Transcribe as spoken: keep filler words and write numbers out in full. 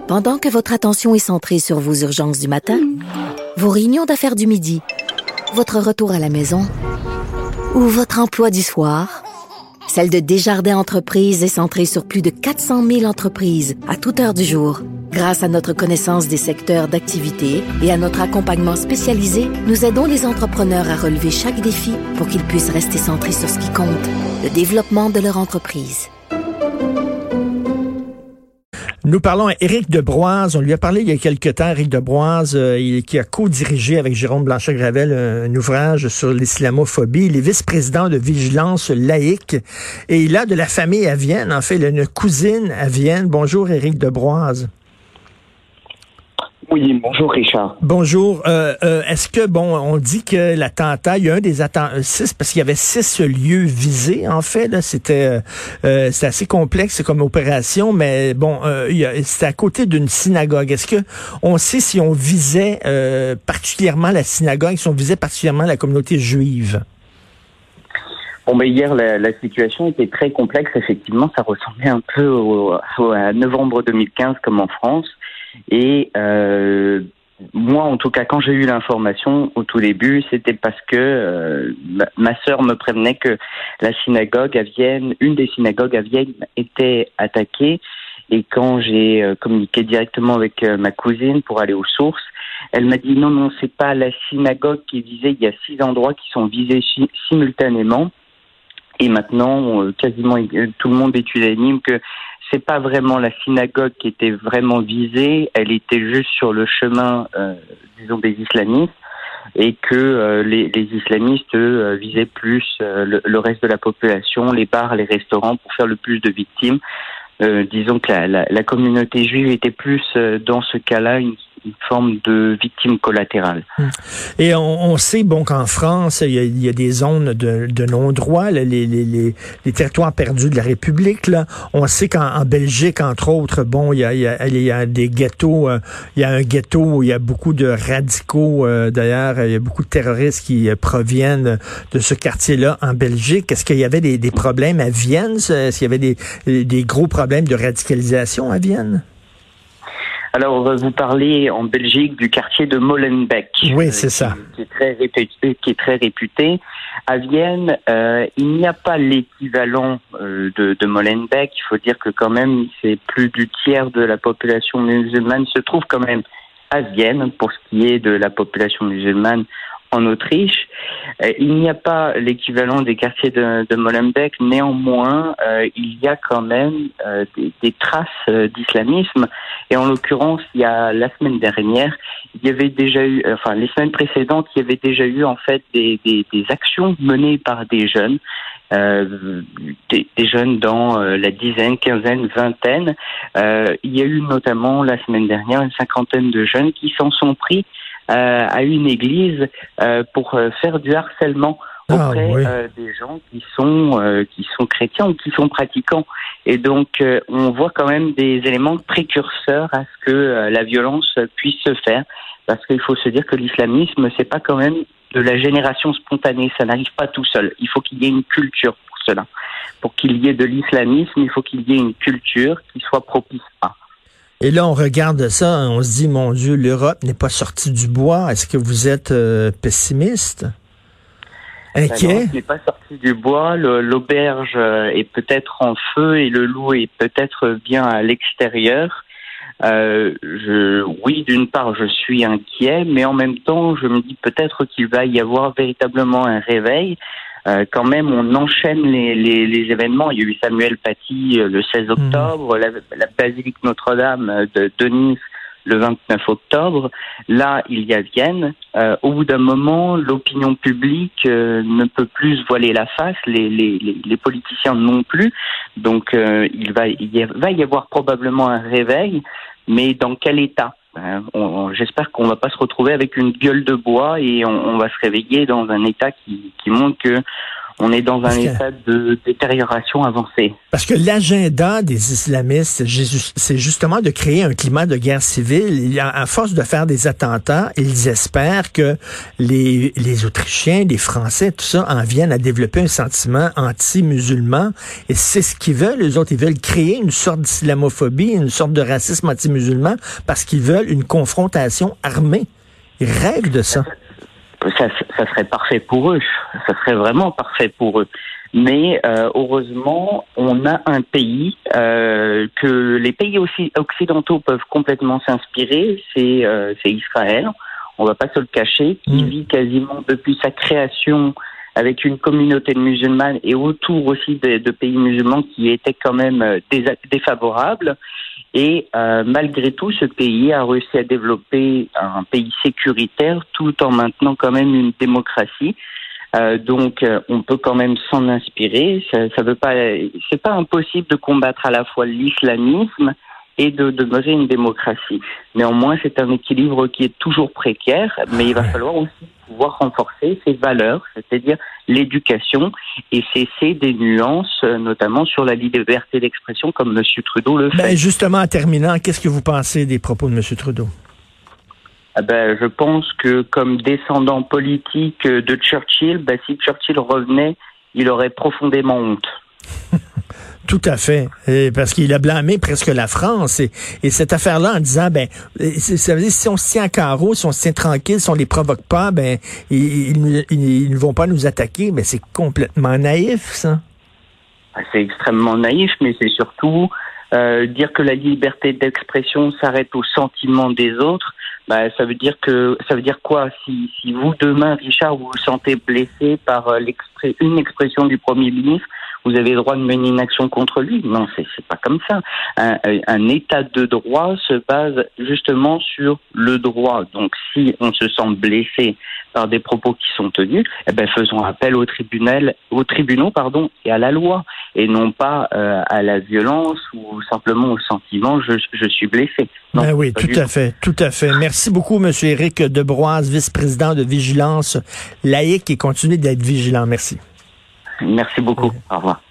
Pendant que votre attention est centrée sur vos urgences du matin, vos réunions d'affaires du midi, votre retour à la maison ou votre emploi du soir, celle de Desjardins Entreprises est centrée sur plus de quatre cent mille entreprises à toute heure du jour. Grâce à notre connaissance des secteurs d'activité et à notre accompagnement spécialisé, nous aidons les entrepreneurs à relever chaque défi pour qu'ils puissent rester centrés sur ce qui compte, le développement de leur entreprise. Nous parlons à Éric Debroise. On lui a parlé il y a quelque temps, Éric Debroise, euh, il, qui a co-dirigé avec Jérôme Blanchet-Gravel un, un ouvrage sur l'islamophobie. Il est vice-président de Vigilance laïque et il a de la famille à Vienne. En fait, il a une cousine à Vienne. Bonjour, Éric Debroise. Oui, bonjour Richard. Bonjour. Euh, euh, est-ce que, bon, on dit que l'attentat, il y a un des attentats, six, parce qu'il y avait six lieux visés, en fait, là, c'était, euh, c'était assez complexe comme opération, mais bon, euh, il y a, c'était à côté d'une synagogue. Est-ce que on sait si on visait euh, particulièrement la synagogue, si on visait particulièrement la communauté juive? Bon, ben hier, la, la situation était très complexe. Effectivement, ça ressemblait un peu au, au, à novembre deux mille quinze, comme en France. Et euh, moi, en tout cas, quand j'ai eu l'information au tout début, c'était parce que euh, ma, ma sœur me prévenait que la synagogue à Vienne, une des synagogues à Vienne, était attaquée. Et quand j'ai euh, communiqué directement avec euh, ma cousine pour aller aux sources, elle m'a dit non, non, c'est pas la synagogue qui est visée. Il y a six endroits qui sont visés chi- simultanément. Et maintenant, euh, quasiment euh, tout le monde est unanime que c'est pas vraiment la synagogue qui était vraiment visée, elle était juste sur le chemin, euh, disons, des islamistes, et que euh, les, les islamistes, eux, euh, visaient plus euh, le, le reste de la population, les bars, les restaurants, pour faire le plus de victimes. Euh, disons que la, la, la communauté juive était plus, euh, dans ce cas-là, une une forme de victime collatérale. Et on, on sait bon qu'en France, il y a, il y a des zones de, de non-droit, là, les, les, les, les territoires perdus de la République. Là. On sait qu'en en Belgique, entre autres, bon, il y a, il y a, il y a des ghettos. Euh, il y a un ghetto où il y a beaucoup de radicaux. Euh, d'ailleurs, il y a beaucoup de terroristes qui euh, proviennent de ce quartier-là en Belgique. Est-ce qu'il y avait des, des problèmes à Vienne? Est-ce qu'il y avait des, des gros problèmes de radicalisation à Vienne? Alors, vous parlez en Belgique du quartier de Molenbeek. Oui, c'est ça. Qui est très réputé. Qui est très réputé. À Vienne, euh, il n'y a pas l'équivalent euh, de, de Molenbeek. Il faut dire que quand même, c'est plus du tiers de la population musulmane se trouve quand même à Vienne pour ce qui est de la population musulmane en Autriche. Euh, il n'y a pas l'équivalent des quartiers de, de Molenbeek. Néanmoins, euh, il y a quand même euh, des, des traces euh, d'islamisme. Et en l'occurrence, il y a la semaine dernière, il y avait déjà eu, enfin les semaines précédentes, il y avait déjà eu en fait des, des, des actions menées par des jeunes. Euh, des, des jeunes dans euh, la dizaine, quinzaine, vingtaine. Euh, il y a eu notamment la semaine dernière une cinquantaine de jeunes qui s'en sont pris euh, à une église euh, pour euh, faire du harcèlement auprès ah, oui. euh, des gens qui sont euh, qui sont chrétiens ou qui sont pratiquants. Et donc euh, on voit quand même des éléments précurseurs à ce que euh, la violence puisse se faire, parce qu'il faut se dire que l'islamisme, c'est pas quand même de la génération spontanée, ça n'arrive pas tout seul. Il faut qu'il y ait une culture pour cela. Pour qu'il y ait de l'islamisme, il faut qu'il y ait une culture qui soit propice à. Et là, on regarde ça, on se dit, mon Dieu, l'Europe n'est pas sortie du bois. Est-ce que vous êtes euh, pessimiste? Inquiet? Ben non, il n'est pas sorti du bois. Le, l'auberge est peut-être en feu et le loup est peut-être bien à l'extérieur. Euh, je, oui, d'une part, je suis inquiet, mais en même temps, je me dis peut-être qu'il va y avoir véritablement un réveil. Euh, quand même, on enchaîne les, les, les événements. Il y a eu Samuel Paty euh, le seize octobre, mmh. la, la basilique Notre-Dame de, de Nice le vingt-neuf octobre. Là, il y a Vienne. Euh, au bout d'un moment, l'opinion publique euh, ne peut plus se voiler la face, les, les, les, les politiciens non plus. Donc, euh, il va, il y a, va y avoir probablement un réveil, mais dans quel état ? Euh, on, on, j'espère qu'on ne va pas se retrouver avec une gueule de bois et on, on va se réveiller dans un état qui, qui montre que On est dans un que, état de détérioration avancée. Parce que l'agenda des islamistes, c'est justement de créer un climat de guerre civile. À force de faire des attentats, ils espèrent que les, les Autrichiens, les Français, tout ça, en viennent à développer un sentiment anti-musulman. Et c'est ce qu'ils veulent, les autres. Ils veulent créer une sorte d'islamophobie, une sorte de racisme anti-musulman, parce qu'ils veulent une confrontation armée. Ils rêvent de ça. Ça, ça serait parfait pour eux. Ça serait vraiment parfait pour eux. Mais euh, heureusement, on a un pays euh, que les pays aussi occidentaux peuvent complètement s'inspirer. C'est euh, c'est Israël. On va pas se le cacher. Qui vit quasiment depuis sa création avec une communauté de musulmanes et autour aussi de, de pays musulmans qui étaient quand même dés- défavorables. Et euh, malgré tout, ce pays a réussi à développer un pays sécuritaire tout en maintenant quand même une démocratie. Euh, donc, euh, on peut quand même s'en inspirer. Ça, ça veut pas, c'est pas impossible de combattre à la fois l'islamisme et de demeurer une démocratie. Néanmoins, c'est un équilibre qui est toujours précaire, mais il va falloir aussi pouvoir renforcer ses valeurs, c'est-à-dire l'éducation, et cesser des nuances, notamment sur la liberté d'expression, comme M. Trudeau le fait. Ben justement, en terminant, qu'est-ce que vous pensez des propos de M. Trudeau? Ah ben, je pense que comme descendant politique de Churchill, ben, si Churchill revenait, il aurait profondément honte. Tout à fait, et parce qu'il a blâmé presque la France et, et cette affaire-là en disant ben ça veut dire si on se tient à carreau, si on se tient tranquille, si on les provoque pas, ben ils, ils, ils, ils ne vont pas nous attaquer, mais c'est complètement naïf ça. C'est extrêmement naïf, mais c'est surtout euh, dire que la liberté d'expression s'arrête au sentiment des autres. Bah, ça veut dire que ça veut dire quoi si, si vous demain, Richard, vous vous sentez blessé par l'expré- une expression du Premier ministre, vous avez le droit de mener une action contre lui? Non, c'est, c'est pas comme ça. Un, un état de droit se base justement sur le droit. Donc, si on se sent blessé par des propos qui sont tenus, eh ben, faisons appel au tribunal, aux tribunaux, pardon, et à la loi, et non pas euh, à la violence ou simplement au sentiment je, je suis blessé. Non, ben oui, tout à fait, tout à fait. Merci beaucoup, M. Éric Debroise, vice-président de Vigilance laïque, et continuez d'être vigilant. Merci. Merci beaucoup. Au revoir.